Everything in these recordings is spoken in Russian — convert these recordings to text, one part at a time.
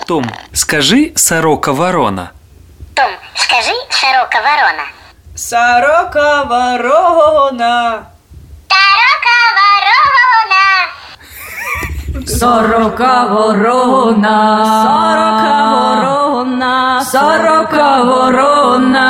Том, скажи «сорока-ворона». Том, скажи «сорока-ворона». Сорока-ворона. Сорока-ворона. Сорока-ворона. Сорока-ворона. Сорока-ворона.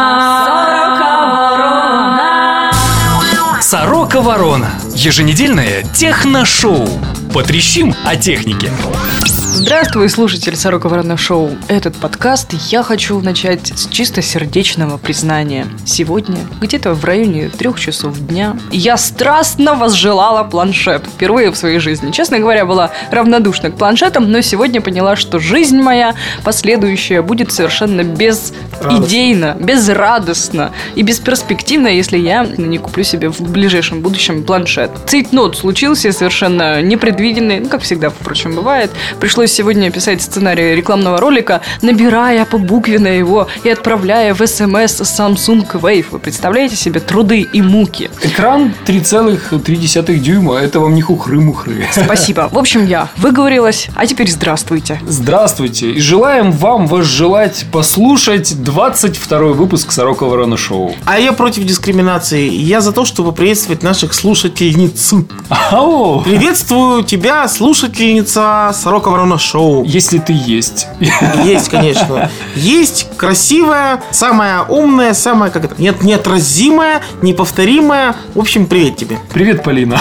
Сорока-ворона. «Сорока-ворона» – еженедельное техношоу. Потрещим о технике. Здравствуй, слушатель «Сорока-ворона шоу». Этот подкаст я хочу начать с чистосердечного признания. Сегодня, где-то в районе 3 часов дня, я страстно возжелала планшет. Впервые в своей жизни. Честно говоря, была равнодушна к планшетам, но сегодня поняла, что жизнь моя последующая будет совершенно безидейна, безрадостна и бесперспективна, если я не куплю себе в ближайшем будущем планшет. Цейтнот случился совершенно непредвиденный, как всегда, впрочем, бывает. Пришлось сегодня писать сценарий рекламного ролика, набирая по букве на его и отправляя в СМС Samsung Wave. Вы представляете себе труды и муки? Экран 3,3 дюйма. Это вам не хухры-мухры. Спасибо. В общем, я выговорилась, а теперь здравствуйте. Здравствуйте. И желаем вам возжелать послушать 22-й выпуск «Сорока-ворона шоу». А я против дискриминации. Я за то, чтобы приветствовать наших слушательниц. Ау! Приветствую тебя, слушательница «Сорока-ворона шоу». Если ты есть. Есть, конечно. Есть красивая, самая умная, самая неотразимая, неповторимая. В общем, привет тебе. Привет, Полина.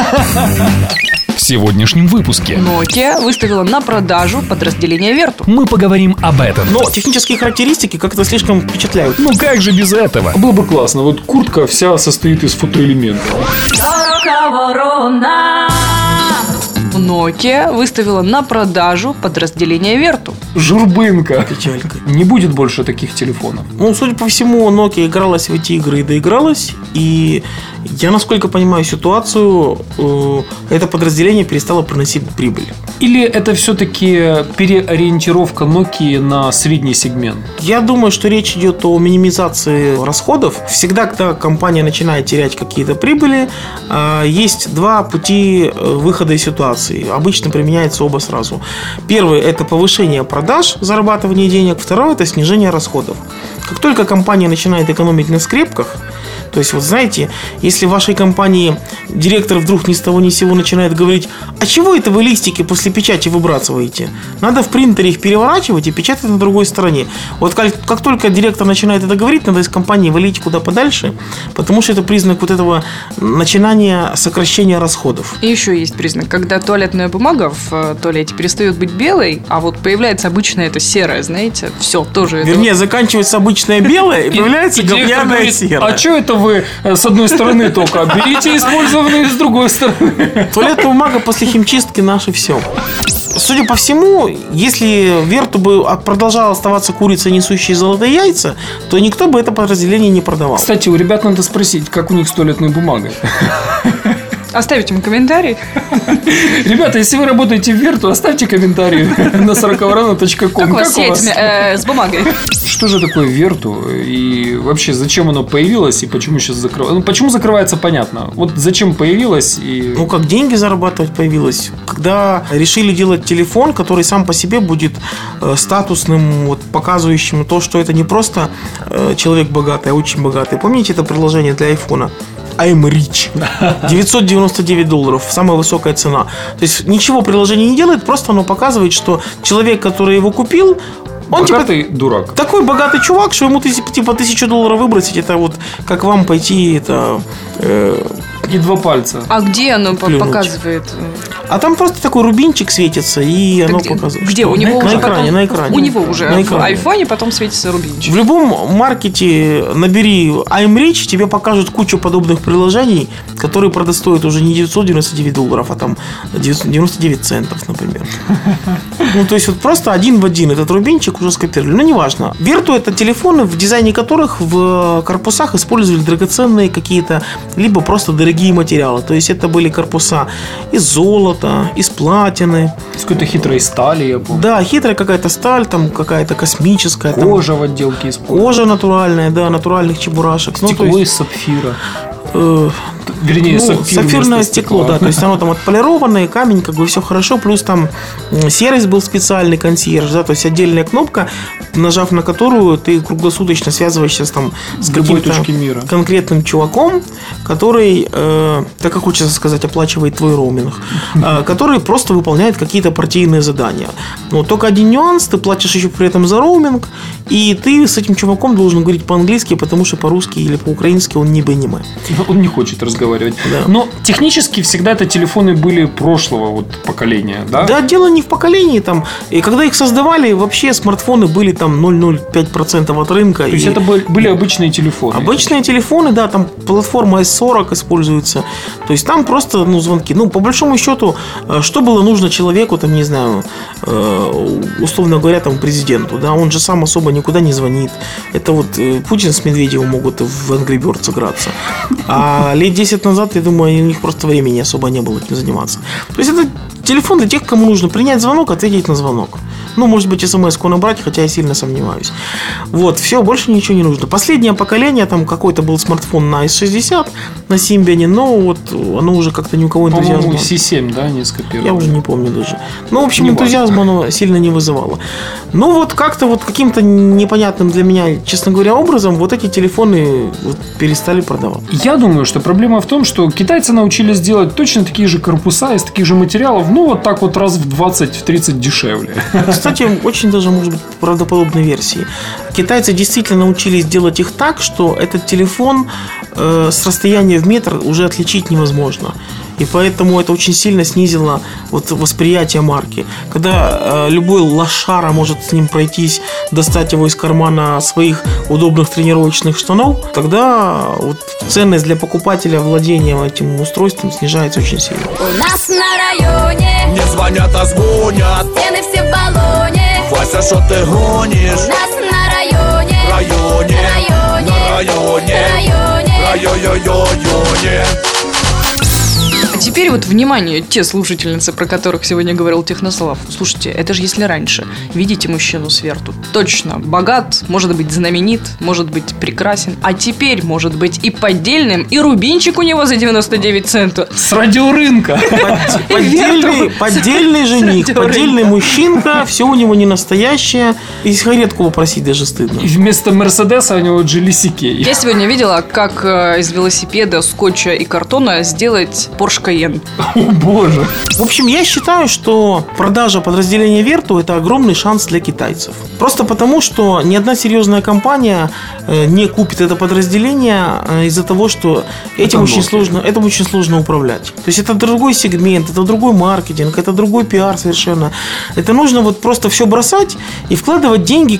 В сегодняшнем выпуске Nokia выставила на продажу подразделение Vertu. мы поговорим об этом. Но технические характеристики как-то слишком впечатляют. Ну как же без этого? Было бы классно. Вот куртка вся состоит из фотоэлементов. Сорока-ворона. Nokia выставила на продажу подразделение Vertu. Журбынка. Печалька. Не будет больше таких телефонов. Ну, судя по всему, Nokia игралась в эти игры и доигралась. И я, насколько понимаю ситуацию, это подразделение перестало приносить прибыль. Или это все-таки переориентировка Nokia на средний сегмент? Я думаю, что речь идет о минимизации расходов. Всегда, когда компания начинает терять какие-то прибыли, есть два пути выхода из ситуации. Обычно применяются оба сразу. Первый – это повышение продаж, зарабатывание денег. Второй – это снижение расходов. Как только компания начинает экономить на скрепках, то есть, вот знаете, если в вашей компании директор вдруг ни с того ни с сего начинает говорить: а чего это вы листики после печати выбрасываете? Надо в принтере их переворачивать и печатать на другой стороне. Вот как только директор начинает это говорить, надо из компании валить куда подальше, потому что это признак вот этого начинания сокращения расходов. И еще есть признак, когда туалетная бумага в туалете перестает быть белой, а вот появляется обычная это серая, знаете, все тоже. Вернее, заканчивается обычная белая и появляется говняная серая. А что это вы с одной стороны только? Берите использованные с другой стороны. Туалетная бумага после химчистки наше все. Судя по всему, если Верту бы продолжала оставаться курицей, несущей золотые яйца, то никто бы это подразделение не продавал. Кстати, у ребят надо спросить, как у них с туалетной бумагой. Оставите им комментарий. Ребята, если вы работаете в Верту, оставьте комментарий на сорока-ворона.ком. Как у вас с яйцами? С бумагой. Что же такое Верту? И вообще, зачем оно появилось и почему сейчас закрывается? Ну, почему закрывается, понятно. Вот зачем появилось и... Ну, как деньги зарабатывать появилось. Когда решили делать телефон, который сам по себе будет статусным, вот, показывающим то, что это не просто человек богатый, а очень богатый. Помните это приложение для айфона? I'm Rich. $999. Самая высокая цена. То есть ничего приложение не делает, просто оно показывает, что человек, который его купил, он богатый дурак. Такой богатый чувак, что ему типа $1000 выбросить, это вот как вам пойти это... И два пальца. А где оно плюнуть. Показывает? А там просто такой рубинчик светится, и оно показывает. Где? У него на уже экране, потом... на экране. У него уже на в экране. айфоне потом светится рубинчик. В любом маркете набери I'm Rich, тебе покажут кучу подобных приложений, которые, правда, стоят уже не $999, а там 99 центов, например. Ну, то есть, вот просто один в один этот рубинчик уже скопировали. Ну, неважно. Верту – это телефоны, в дизайне которых в корпусах использовали драгоценные какие-то, либо просто дорогие материалы. То есть, это были корпуса из золота, из платины. С какой-то хитрой стали, я помню. Да, хитрая какая-то сталь, там какая-то космическая. Кожа там, в отделке используется. Кожа натуральная, да, натуральных чебурашек. Стекло из сапфира. Вернее, сапфирное стекло, да, то есть оно там отполированное, камень, как бы все хорошо, плюс там сервис был специальный, консьерж, да, то есть отдельная кнопка, нажав на которую ты круглосуточно связываешься с каким-то конкретным чуваком, который, так как хочется сказать, оплачивает твой роуминг, который просто выполняет какие-то партийные задания. Но только один нюанс, ты платишь еще при этом за роуминг, и ты с этим чуваком должен говорить по-английски, потому что по-русски или по-украински он не понимает. Он не хочет разговаривать. Да. Но технически всегда это телефоны были прошлого вот поколения, да? Да, дело не в поколении там. И когда их создавали, вообще смартфоны были там 0,05% от рынка. То есть это были обычные телефоны? Обычные телефоны, да, там платформа S40 используется. То есть там просто, звонки. По большому счету, что было нужно человеку, там, не знаю, условно говоря, там, президенту, да, он же сам особо никуда не звонит. Это вот Путин с Медведевым могут в Angry Birds играться. А лет 10 назад, я думаю, у них просто времени особо не было этим заниматься. То есть это телефон для тех, кому нужно принять звонок, ответить на звонок. Может быть, смс-ку набрать, хотя я сильно сомневаюсь. Вот, все, больше ничего не нужно. Последнее поколение, там какой-то был смартфон на S60, на Symbian, но вот оно уже как-то ни у кого энтузиазма. По-моему, C7, да, не скопировали. Я уже не помню даже. В общем, энтузиазма оно сильно не вызывало. Вот как-то вот каким-то непонятным для меня, честно говоря, образом вот эти телефоны перестали продавать. Я думаю, что проблема в том, что китайцы научились делать точно такие же корпуса из таких же материалов, вот так вот раз в 20-30 дешевле. Кстати, очень даже, может быть, правдоподобной версии. Китайцы действительно научились делать их так, что этот телефон с расстояния в метр уже отличить невозможно. И поэтому это очень сильно снизило восприятие марки. Когда любой лошара может с ним пройтись, достать его из кармана своих удобных тренировочных штанов, тогда ценность для покупателя владения этим устройством снижается очень сильно. У нас на районе не звонят, а звонят. стены все в баллоне. Вася, что ты гонишь? У нас на районе Районе, на районе, районе. А теперь внимание, те слушательницы, про которых сегодня говорил Технослав. Слушайте, это же если раньше видите мужчину сверху, точно богат, может быть знаменит, может быть прекрасен, а теперь может быть и поддельным, и рубинчик у него за 99 центов. С радиорынка. Поддельный жених, поддельный мужчинка, все у него не настоящее, и сигаретку попросить даже стыдно. И вместо Мерседеса у него GLC-K. Я сегодня видела, как из велосипеда, скотча и картона сделать Porsche Cayenne. О боже. В общем, я считаю, что продажа подразделения Vertu – это огромный шанс для китайцев. Просто потому, что ни одна серьезная компания не купит это подразделение из-за того, что этим очень сложно управлять. То есть это другой сегмент, это другой маркетинг, это другой пиар совершенно. Это нужно просто все бросать и вкладывать деньги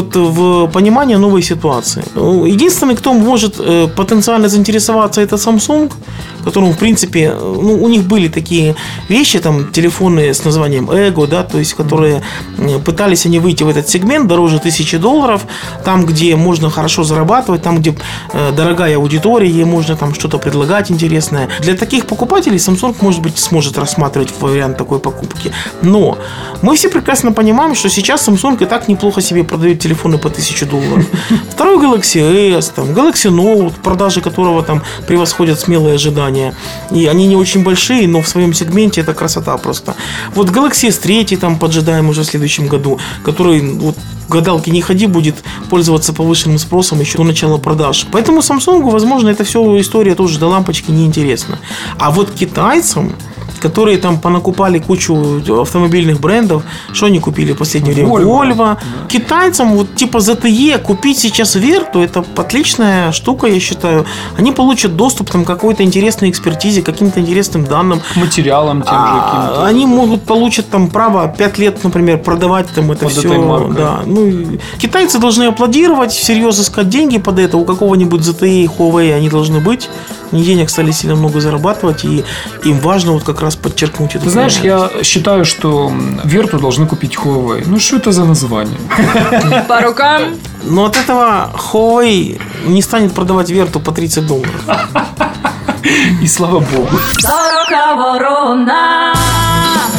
в понимание новой ситуации. Единственный, кто может потенциально заинтересоваться, это Samsung, которому, в принципе, у них были такие вещи, там, телефоны с названием Ego, да, то есть, которые пытались они выйти в этот сегмент дороже $1000, там, где можно хорошо зарабатывать, там, где дорогая аудитория, ей можно там что-то предлагать интересное. Для таких покупателей Samsung, может быть, сможет рассматривать вариант такой покупки. Но мы все прекрасно понимаем, что сейчас Samsung и так неплохо себе продает телефоны по $1000. Второй Galaxy S, там, Galaxy Note, продажи которого там превосходят смелые ожидания. И они не очень большие, но в своем сегменте это красота просто. Galaxy S3 там поджидаем уже в следующем году, который, гадалки не ходи, будет пользоваться повышенным спросом еще до начала продаж. Поэтому Samsung, возможно, эта вся история тоже до лампочки неинтересна. А китайцам, которые там понакупали кучу автомобильных брендов, что они купили в последнее время? Volvo. Китайцам, типа ZTE, купить сейчас Vertu, это отличная штука, я считаю. Они получат доступ к какой-то интересной экспертизе, каким-то интересным данным. Материалам тем же каким-то. Они получат право 5 лет, например, продавать это все. Да. Китайцы должны аплодировать, всерьез искать деньги под это. У какого-нибудь ZTE и Huawei они должны быть. Они денег стали сильно много зарабатывать, и им важно как раз подчеркнуть это. Ты знаешь, я считаю, что Vertu должны купить Huawei. Что это за название? По рукам. Но от этого Huawei не станет продавать Vertu по $30. И слава богу. Вы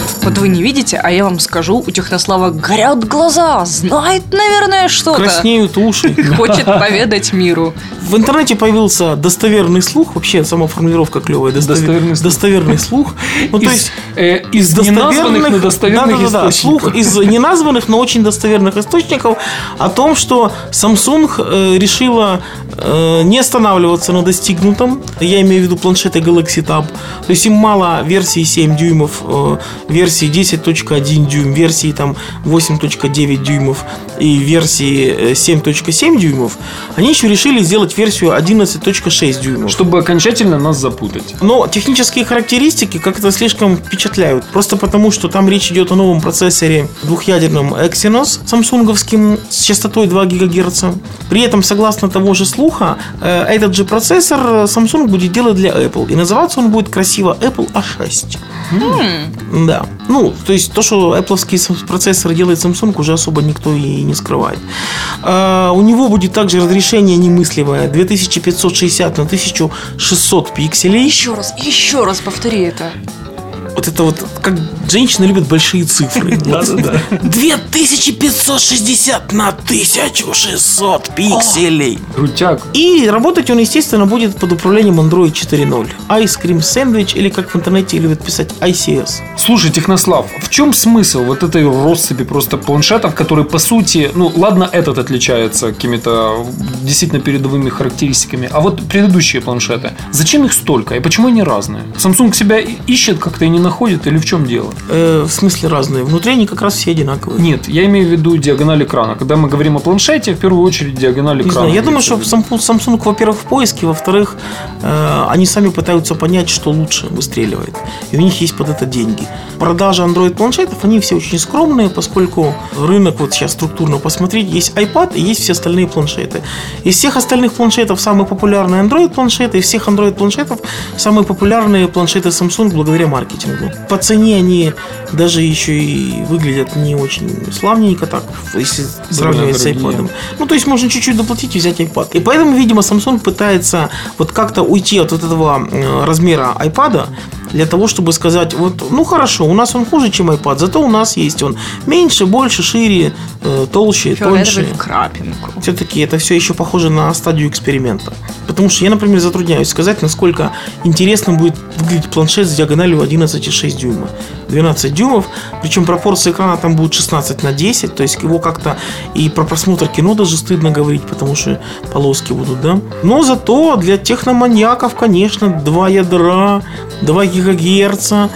вы не видите, а я вам скажу, у Технослава горят глаза. Знает, наверное, что-то. Краснеют уши. Хочет поведать миру. В интернете появился достоверный слух. Вообще, сама формулировка клевая. Достоверный слух. Ну, то есть, из неназванных на достоверных источников. Слух из неназванных, но очень достоверных источников о том, что Samsung решила не останавливаться на достигнутом. Я имею в виду планшеты Galaxy Tab. То есть им мало версии 7 дюймов, версии 10.1 дюйм, версии там 8.9 дюймов и версии 7.7 дюймов. Они еще решили сделать версию 11.6 дюймов. Чтобы окончательно нас запутать. Но технические характеристики как-то слишком впечатляют. Просто потому, что там речь идет о новом процессоре двухъядерном Exynos самсунговским с частотой 2 ГГц. При этом, согласно того же слуха, этот же процессор Samsung будет делать для Apple. И называться он будет красиво Apple A6. Да. Ну, то есть то, что Apple'овские процессоры делает Samsung, уже особо никто и не скрывает. У него будет также разрешение немыслимое 2560 на 1600 пикселей. Еще раз повтори это. Вот это вот, как женщины любят большие цифры. 2560 на 1600 пикселей. Крутяк. И работать он, естественно, будет под управлением Android 4.0. Ice Cream Sandwich, или как в интернете любят писать, ICS. Слушай, Технослав, в чем смысл вот этой россыпи просто планшетов, которые по сути, ну ладно, этот отличается какими-то действительно передовыми характеристиками, а вот предыдущие планшеты, зачем их столько и почему они разные? Samsung себя ищет как-то и не находит, или в чем дело? В смысле разные? Внутри они как раз все одинаковые. Нет, я имею в виду диагональ экрана. Когда мы говорим о планшете, в первую очередь диагональ экрана. Не знаю, я думаю, что Samsung, во-первых, в поиске, во-вторых, они сами пытаются понять, что лучше выстреливает. И у них есть под это деньги. Продажи Android-планшетов, они все очень скромные, поскольку рынок, вот сейчас структурно посмотреть, есть iPad и есть все остальные планшеты. Из всех остальных планшетов самые популярные Android-планшеты, из всех Android-планшетов самые популярные планшеты Samsung благодаря маркетингу. По цене они даже еще и выглядят не очень славненько так, если сравнивать с iPad. Ну, то есть можно чуть-чуть доплатить и взять iPad. И поэтому, видимо, Samsung пытается вот как-то уйти от вот этого размера iPad для того, чтобы сказать, вот, ну хорошо, у нас он хуже, чем iPad, зато у нас есть он меньше, больше, шире, толще, тоньше. В крапинку. Все-таки это все еще похоже на стадию эксперимента. Потому что я, например, затрудняюсь сказать, насколько интересно будет выглядеть планшет с диагональю 11,6 дюйма. 12 дюймов, причем пропорция экрана там будет 16:10, то есть его как-то и про просмотр кино даже стыдно говорить, потому что полоски будут, да. Но зато для техноманьяков, конечно, 2 ядра, 2 гигагерца,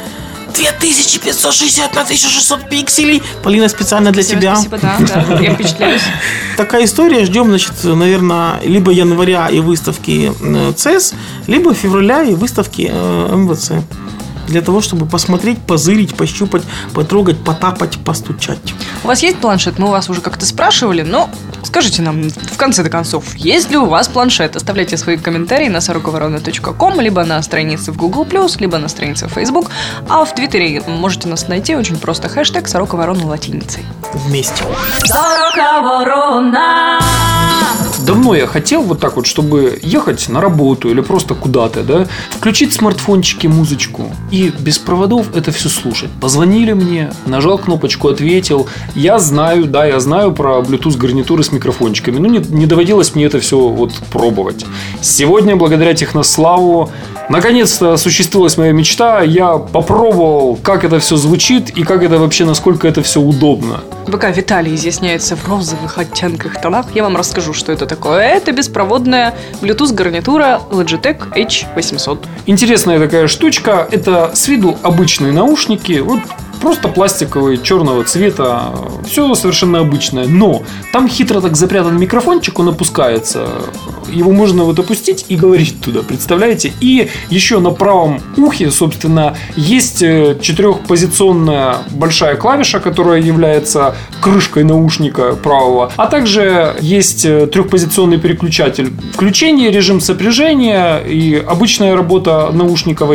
2560 на 1600 пикселей. Полина, специально для тебя. Спасибо, да, я впечатляюсь. Такая история. Ждем, значит, наверное, либо января и выставки CES, либо февраля и выставки МВЦ. Для того, чтобы посмотреть, позырить, пощупать, потрогать, потапать, постучать. У вас есть планшет? Мы у вас уже как-то спрашивали, но скажите нам в конце-то концов, есть ли у вас планшет? Оставляйте свои комментарии на сороковорона.ком, либо на странице в Google+, либо на странице в Facebook, а в Твиттере можете нас найти очень просто, хэштег «Сорока-ворона» латиницей. Вместе. Сорока-ворона. Давно я хотел вот так вот, чтобы ехать на работу или просто куда-то, да, включить в смартфончике музычку и без проводов это все слушать. Позвонили мне, нажал кнопочку, ответил. Я знаю про Bluetooth гарнитуры с микрофончиками. Ну, не доводилось мне это все вот пробовать. Сегодня, благодаря Технославу, наконец-то осуществилась моя мечта. Я попробовал, как это все звучит и как это вообще, насколько это все удобно. Пока Виталий изъясняется в розовых оттенках тонах, я вам расскажу, что это такое. Это беспроводная Bluetooth гарнитура Logitech H800. Интересная такая штучка. Это с виду обычные наушники. Вот просто пластиковые, черного цвета. Все совершенно обычное. Но там хитро так запрятан микрофончик, он опускается. Его можно вот опустить и говорить туда, представляете? И еще на правом ухе, собственно, есть 4-позиционная большая клавиша, которая является крышкой наушника правого. А также есть 3-позиционный переключатель включения, режим сопряжения и обычная работа наушников этих.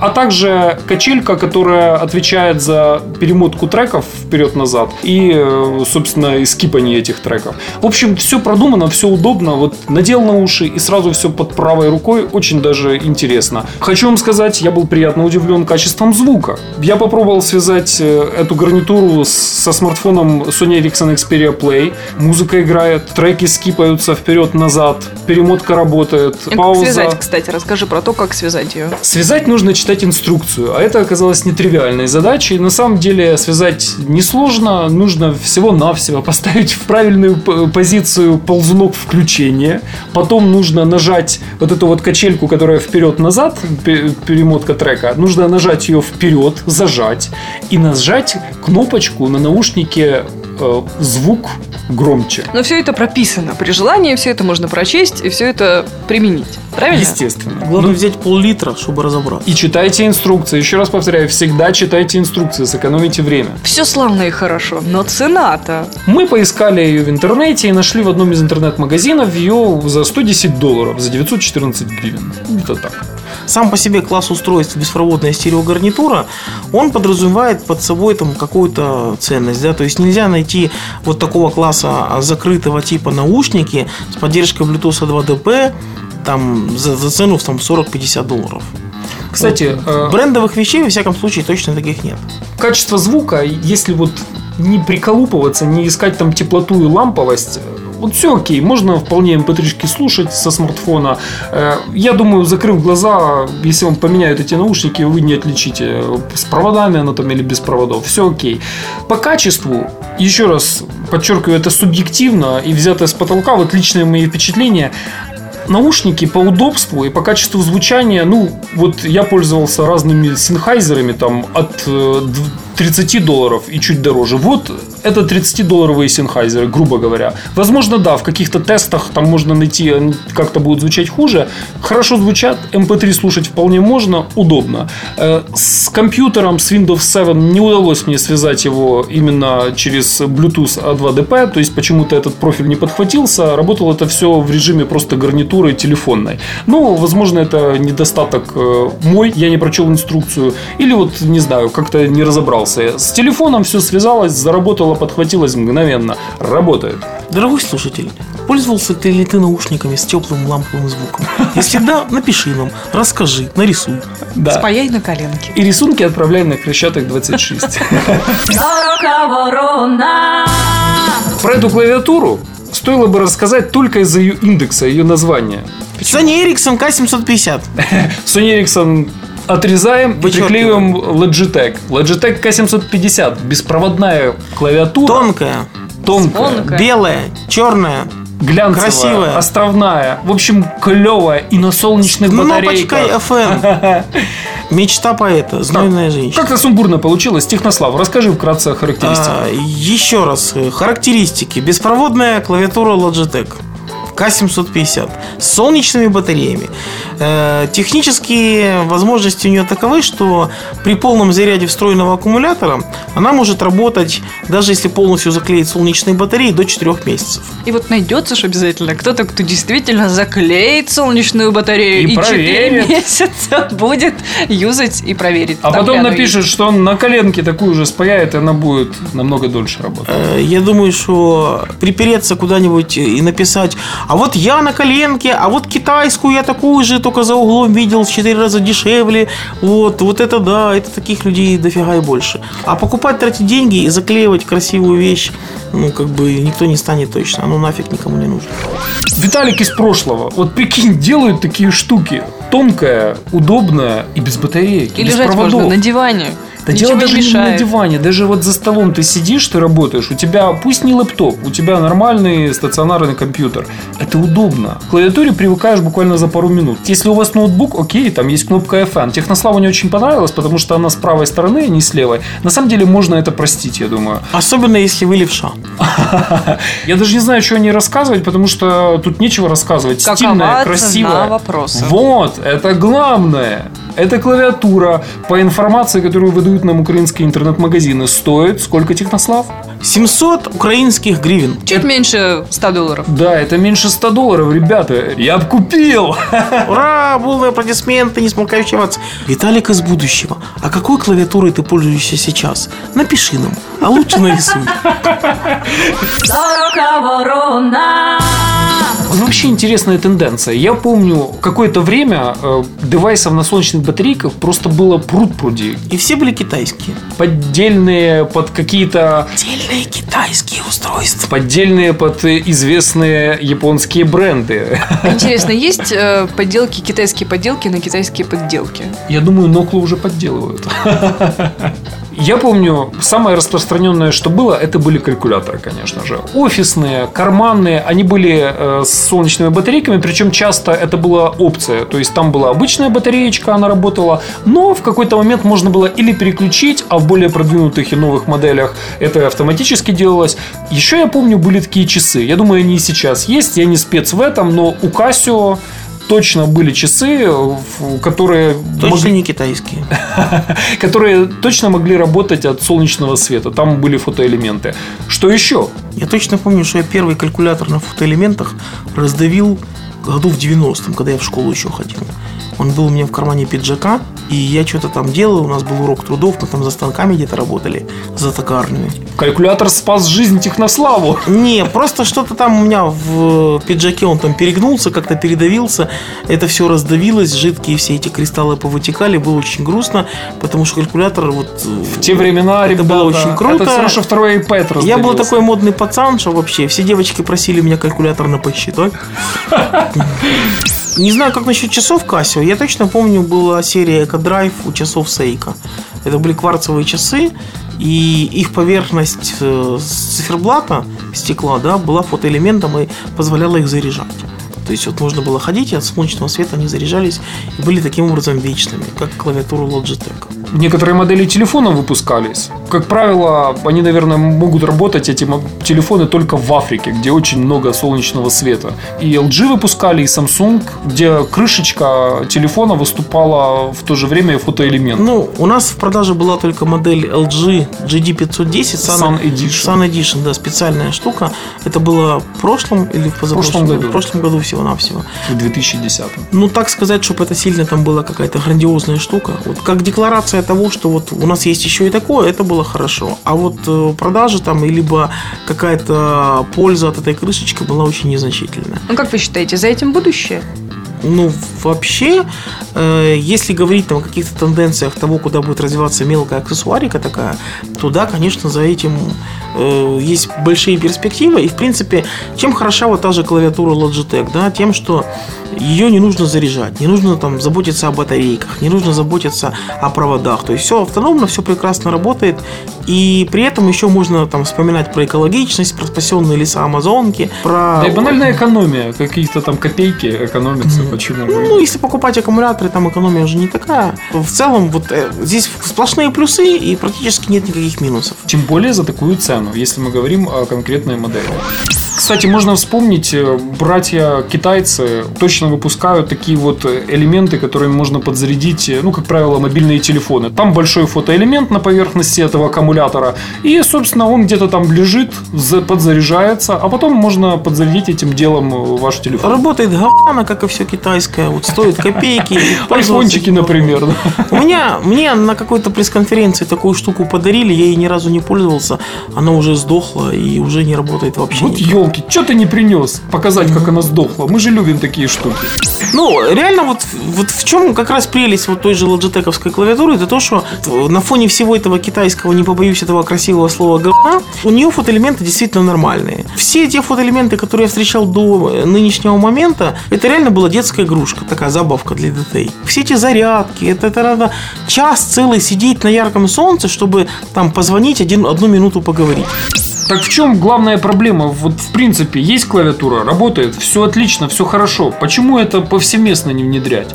а также качелька, которая отвечает за перемотку треков вперед-назад и, собственно, и скипание этих треков. В общем, все продумано, все удобно. Вот надел на уши и сразу все под правой рукой. Очень даже интересно. Хочу вам сказать, я был приятно удивлен качеством звука. Я попробовал связать эту гарнитуру со смартфоном Sony Ericsson Xperia Play. Музыка играет, треки скипаются вперед-назад, перемотка работает, пауза. Как связать, кстати, расскажи про то, как связать ее. Связать нужно читать инструкцию, а это оказалось нетривиальной задачей. На самом деле связать несложно, нужно всего-навсего поставить в правильную позицию ползунок включения, потом нужно нажать вот эту вот качельку, которая вперед-назад, перемотка трека, нужно нажать ее вперед, зажать и нажать кнопочку на наушнике звук громче. Но все это прописано. При желании все это можно прочесть и все это применить. Правильно? Естественно. Главное взять пол-литра, чтобы разобраться. И читайте инструкции. Еще раз повторяю, всегда читайте инструкции, сэкономите время. Все славно и хорошо, но цена-то... Мы поискали ее в интернете и нашли в одном из интернет-магазинов ее за $110, за 914 гривен. Это так. Сам по себе класс устройств беспроводная стереогарнитура, он подразумевает под собой там какую-то ценность, да, то есть нельзя найти вот такого класса закрытого типа наушники с поддержкой Bluetooth 2DP там за цену там $40-50. Кстати, брендовых вещей во всяком случае точно таких нет. Качество звука, если вот не приколупываться, не искать там теплоту и ламповость, вот все окей, можно вполне MP3-шки слушать со смартфона. Я думаю, закрыв глаза, если вам поменяют эти наушники, вы не отличите, с проводами оно там или без проводов. Все окей. По качеству, еще раз подчеркиваю, это субъективно и взято с потолка, вот личные мои впечатления. Наушники по удобству и по качеству звучания, ну, вот я пользовался разными синхайзерами там от $30 и чуть дороже. Вот это $30 синхайзеры, грубо говоря. Возможно, да, в каких-то тестах там можно найти, они как-то будут звучать хуже. Хорошо звучат, MP3 слушать вполне можно, удобно. С компьютером, с Windows 7 не удалось мне связать его именно через Bluetooth A2DP, то есть почему-то этот профиль не подхватился. Работало это все в режиме просто гарнитуры телефонной. Ну, возможно, это недостаток мой, я не прочел инструкцию, или вот, не знаю, как-то не разобрался. С телефоном все связалось, заработало, подхватилось мгновенно. Работает. Дорогой слушатель, пользовался ли ты наушниками с теплым ламповым звуком? Если да, напиши нам, расскажи, нарисуй. Да. Спаяй на коленке. И рисунки отправляй на Крещатик 26. Про эту клавиатуру стоило бы рассказать только из-за ее индекса, ее названия. Sony Ericsson K750. Sony Ericsson отрезаем и приклеиваем Logitech. Logitech K750. Беспроводная клавиатура. Тонкая. Белая, черная, глянцевая, красивая, островная. В общем, клевая. И на солнечных батарейках. Кнопочкой FM. Мечта поэта, знойная женщина. Как-то сумбурно получилось. Технослав, расскажи вкратце о характеристиках. Еще раз. Характеристики. Беспроводная клавиатура Logitech K750 с солнечными батареями. Технические возможности у нее таковы, что при полном заряде встроенного аккумулятора она может работать, даже если полностью заклеить солнечные батареи, до 4 месяцев. И вот найдется же обязательно кто-то, кто действительно заклеит солнечную батарею и 4 месяца будет юзать и проверить. А потом напишет, что он на коленке такую же спаяет, и она будет намного дольше работать. Я думаю, что припереться куда-нибудь и написать: а вот я на коленке, а вот китайскую я такую же, только за углом видел в 4 раза дешевле. Вот это да, это таких людей дофига и больше. А покупать, тратить деньги и заклеивать красивую вещь, ну, как бы никто не станет точно. Оно нафиг никому не нужно. Виталик из прошлого. Вот прикинь, делают такие штуки. Тонкая, удобная и без батареек. И без лежать проводов. можно на диване. Да Ничего дело даже не на мешает. диване, даже вот за столом ты сидишь, ты работаешь, у тебя пусть не лэптоп, у тебя нормальный стационарный компьютер. Это удобно. К клавиатуре привыкаешь буквально за пару минут. Если у вас ноутбук, окей, там есть кнопка FM. Технославу не очень понравилось, потому что она с правой стороны, а не с левой. На самом деле можно это простить, я думаю. Особенно если вы левша. Я даже не знаю, что о ней рассказывать, потому что тут нечего рассказывать. Стильная, красивая. На вопросы. Вот, это главное. Эта клавиатура, по информации, которую выдают нам украинские интернет-магазины, стоит сколько, Технослав? 700 украинских гривен. Чуть меньше $100. Да, это меньше $100, ребята. Я б купил. Ура! Бурные аплодисменты, несмолкающие овации. Виталик из будущего. А какой клавиатурой ты пользуешься сейчас? Напиши нам. А лучше нарисуй. Вообще интересная тенденция. Я помню, какое-то время девайсов на солнечных батарейках просто было пруд-пруди. И все были китайские. Поддельные под какие-то... Отдельные китайские устройства. Поддельные под известные японские бренды. Интересно, есть подделки, китайские подделки на китайские подделки? Я думаю, Nokia уже подделывают. Я помню, самое распространенное, что было, это были калькуляторы, конечно же. Офисные, карманные, они были с солнечными батарейками, причем часто это была опция. То есть там была обычная батареечка, она работала, но в какой-то момент можно было или переключить, а в более продвинутых и новых моделях это автоматически делалось. Еще я помню, были такие часы. Я думаю, они и сейчас есть, я не спец в этом, но у Casio точно были часы, которые... Точно не китайские. Которые точно могли работать от солнечного света. Там были фотоэлементы. Что еще? Я точно помню, что я первый калькулятор на фотоэлементах раздавил году в 90-м, когда я в школу еще ходил. Он был у меня в кармане пиджака, и я что-то там делал. У нас был урок трудов, мы там за станками где-то работали, за токарными. Калькулятор спас жизнь Технославу. Не, просто что-то там у меня в пиджаке, он там перегнулся, как-то передавился. Это все раздавилось, жидкие все эти кристаллы повытекали. Было очень грустно, потому что калькулятор вот... В те времена, это было очень круто. Это все равно, что второй iPad раздавился. Я был такой модный пацан, что вообще все девочки просили меня калькуляторно посчитать. Не знаю, как насчет часов Casio. Я точно помню, была серия EcoDrive у часов Seiko. Это были кварцевые часы, и их поверхность с циферблата, стекла, да, была фотоэлементом и позволяла их заряжать. То есть вот можно было ходить, и от солнечного света они заряжались и были таким образом вечными, как клавиатура Logitech. Некоторые модели телефонов выпускались. Как правило, они, наверное, могут работать, эти телефоны, только в Африке, где очень много солнечного света. И LG выпускали, и Samsung, где крышечка телефона выступала в то же время и фотоэлемент. Ну, у нас в продаже была только модель LG GD510 Sun Edition. Sun Edition, да, специальная штука. Это было в прошлом или в позапрошлом году? В прошлом году всего-навсего. В 2010. Ну, так сказать, чтобы это сильно там была какая-то грандиозная штука. Вот как декларация того, что вот у нас есть еще и такое, это было хорошо. А вот продажи там, либо какая-то польза от этой крышечки была очень незначительная. Ну, как вы считаете, за этим будущее? Ну, вообще, если говорить там о каких-то тенденциях того, куда будет развиваться мелкая аксессуарика такая, то да, конечно, за этим есть большие перспективы. И, в принципе, чем хороша вот та же клавиатура Logitech, да, тем, что ее не нужно заряжать, не нужно там заботиться о батарейках, не нужно заботиться о проводах. То есть все автономно, все прекрасно работает. И при этом еще можно там вспоминать про экологичность, про спасенные леса Амазонки, про... Да и банальная экономия, какие-то там копейки экономятся. Почему? Ну, если покупать аккумуляторы, там экономия уже не такая. В целом, вот здесь сплошные плюсы и практически нет никаких минусов. Тем более за такую цену, если мы говорим о конкретной модели. Кстати, можно вспомнить, братья-китайцы точно выпускают такие вот элементы, которыми можно подзарядить, ну, как правило, мобильные телефоны. Там большой фотоэлемент на поверхности этого аккумулятора, и, собственно, он где-то там лежит, подзаряжается, а потом можно подзарядить этим делом ваш телефон. Работает говно, как и все китайское, вот стоит копейки. Айфончики, например. Мне на какой-то пресс-конференции такую штуку подарили, я ей ни разу не пользовался, она уже сдохла и уже не работает вообще. Вот елки, что ты не принес показать, как она сдохла? Мы же любим такие штуки. Ну, реально, вот в чем как раз прелесть вот той же лоджитековской клавиатуры, это то, что на фоне всего этого китайского, не побоюсь этого красивого слова, говна, у нее фотоэлементы действительно нормальные. Все те фотоэлементы, которые я встречал до нынешнего момента, это реально была детская игрушка, такая забавка для детей. Все эти зарядки, это надо час целый сидеть на ярком солнце, чтобы там позвонить, одну минуту поговорить. Так в чем главная проблема? Вот в принципе есть клавиатура, работает, все отлично, все хорошо. Почему это повсеместно не внедрять?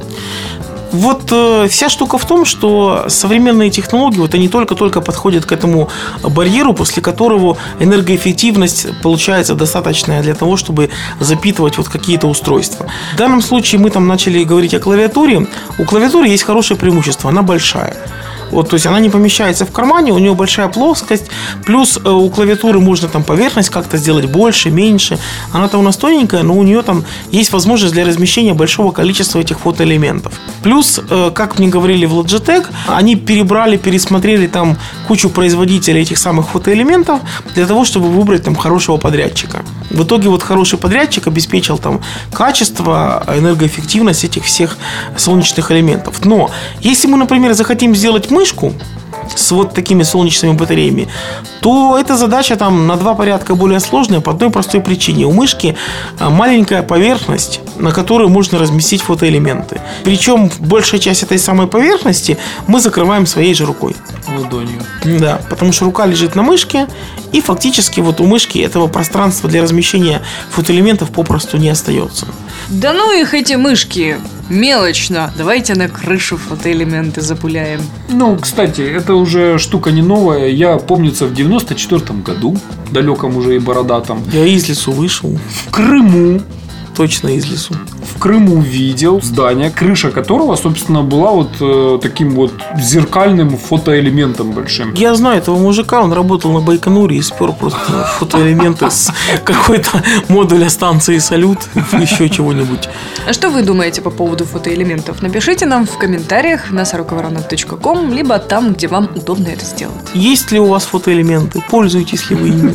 Вот вся штука в том, что современные технологии, вот они только-только подходят к этому барьеру, после которого энергоэффективность получается достаточная для того, чтобы запитывать вот какие-то устройства. В данном случае мы там начали говорить о клавиатуре. У клавиатуры есть хорошее преимущество, она большая. Вот, то есть она не помещается в кармане, у нее большая плоскость, плюс у клавиатуры можно там поверхность как-то сделать больше, меньше. Она-то у нас тоненькая, но у нее там есть возможность для размещения большого количества этих фотоэлементов. Плюс, как мне говорили в Logitech, они пересмотрели там кучу производителей этих самых фотоэлементов для того, чтобы выбрать там хорошего подрядчика. В итоге вот хороший подрядчик обеспечил там качество, энергоэффективность этих всех солнечных элементов. Но если мы, например, захотим сделать мышку с вот такими солнечными батареями, то эта задача там на 2 порядка более сложная по одной простой причине. У мышки маленькая поверхность, на которой можно разместить фотоэлементы. Причем большая часть этой самой поверхности мы закрываем своей же рукой. Ладонью. Да, потому что рука лежит на мышке, и фактически вот у мышки этого пространства для размещения фотоэлементов попросту не остается. Да ну их эти мышки, мелочно. Давайте на крышу фотоэлементы запуляем. Ну, кстати, это уже штука не новая. Я, помнится, в 94-м году, далеком уже и бородатом, Я из лесу вышел, в Крыму точно из лесу. в Крыму видел здание, крыша которого, собственно, была вот таким вот зеркальным фотоэлементом большим. Я знаю этого мужика, он работал на Байконуре и спер просто фотоэлементы с какой-то модуля станции «Салют», еще чего-нибудь. А что вы думаете по поводу фотоэлементов? Напишите нам в комментариях на сороковорона.com, либо там, где вам удобно это сделать. Есть ли у вас фотоэлементы? Пользуетесь ли вы ими?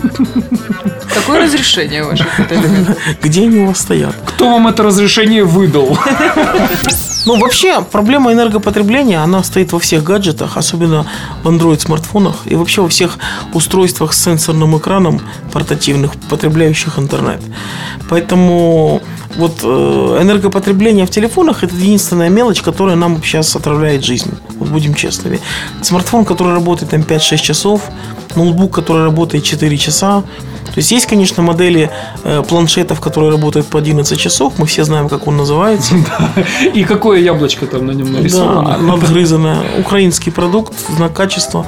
Какое разрешение у ваших фотоэлементов? Где они у вас стоят? Кто вам это разрешение выдал? Ну, вообще, проблема энергопотребления, она стоит во всех гаджетах, особенно в Android-смартфонах и вообще во всех устройствах с сенсорным экраном портативных, потребляющих интернет. Поэтому вот энергопотребление в телефонах – это единственная мелочь, которая нам сейчас отравляет жизнь. Вот будем честными. Смартфон, который работает там 5-6 часов, ноутбук, который работает 4 часа. То есть есть, конечно, модели планшетов, которые работают по 11 часов. Мы все знаем, как он называется. И какое яблочко там на нем нарисовано. Да, надгрызанное. Украинский продукт, знак качества.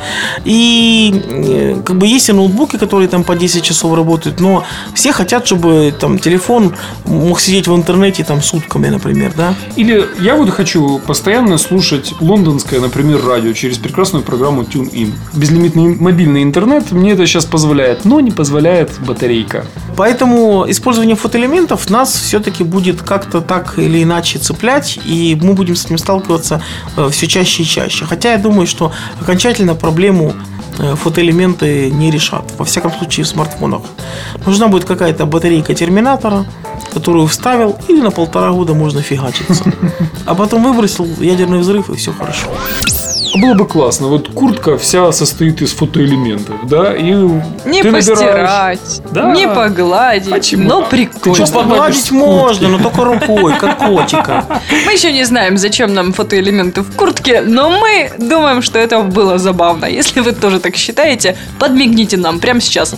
И как бы есть и ноутбуки, которые там по 10 часов работают. Но все хотят, чтобы там телефон мог сидеть в интернете там сутками, например, да? Или я вот хочу постоянно слушать лондонское, например, радио через прекрасную программу TuneIn. Безлимитный мобильный интернет мне это сейчас позволяет, но не позволяет батарейка. Поэтому использование фотоэлементов нас все-таки будет как-то так или иначе цеплять, и мы будем с этим сталкиваться все чаще и чаще. Хотя я думаю, что окончательно проблему фотоэлементы не решат. Во всяком случае в смартфонах. Нужна будет какая-то батарейка терминатора, которую вставил, и на 1,5 года можно фигачиться. А потом выбросил ядерный взрыв, и все хорошо. Было бы классно. Вот куртка вся состоит из фотоэлементов, да? И Не ты постирать, Да. не погладить. Почему? Но Ты прикольно. что, Погладить можно, но только рукой, как котика. Мы еще не знаем, зачем нам фотоэлементы в куртке, но мы думаем, что это было забавно. Если вы тоже так считаете, подмигните нам прямо сейчас.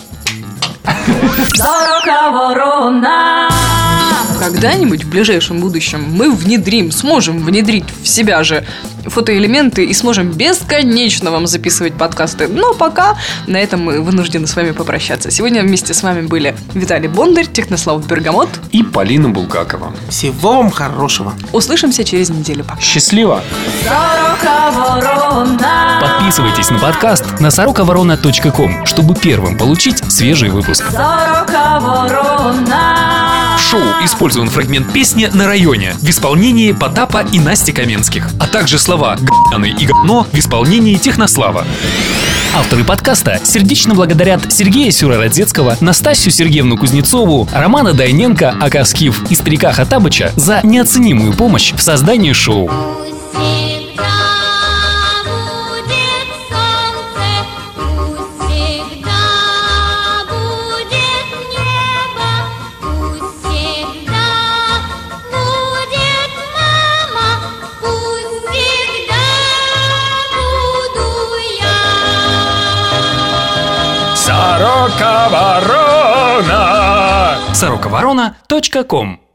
Когда-нибудь в ближайшем будущем мы сможем внедрить в себя же фотоэлементы и сможем бесконечно вам записывать подкасты. Но пока на этом мы вынуждены с вами попрощаться. Сегодня вместе с вами были Виталий Бондарь, Технослав Бергамот и Полина Булгакова. Всего вам хорошего. Услышимся через неделю. Пока. Счастливо! Подписывайтесь на подкаст на сороковорона.ком, чтобы первым получить свежий выпуск. В шоу использован фрагмент песни «На районе» в исполнении Потапа и Насти Каменских, а также слова «г***ный» и «говно» в исполнении Технослава. Авторы подкаста сердечно благодарят Сергея Сюрородецкого, Настасью Сергеевну Кузнецову, Романа Дайненко, ака Скиф и старика Хаттабыча за неоценимую помощь в создании шоу. Сорока ворона. сороковорона.ком